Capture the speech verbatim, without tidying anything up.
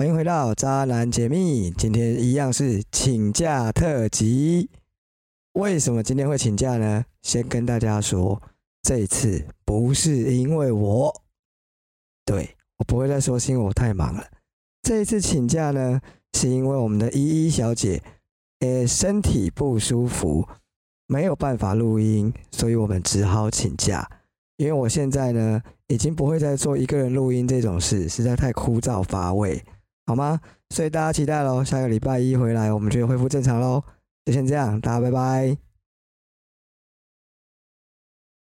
欢迎回到渣男解密，今天一样是请假特辑。为什么今天会请假呢？先跟大家说，这一次不是因为我，对，我不会再说是因为我太忙了。这一次请假呢，是因为我们的依依小姐，呃，身体不舒服，没有办法录音，所以我们只好请假。因为我现在呢，已经不会再做一个人录音这种事，实在太枯燥乏味。好吗？所以大家期待咯，下个礼拜一回来我们就恢复正常咯。就先这样，大家拜拜。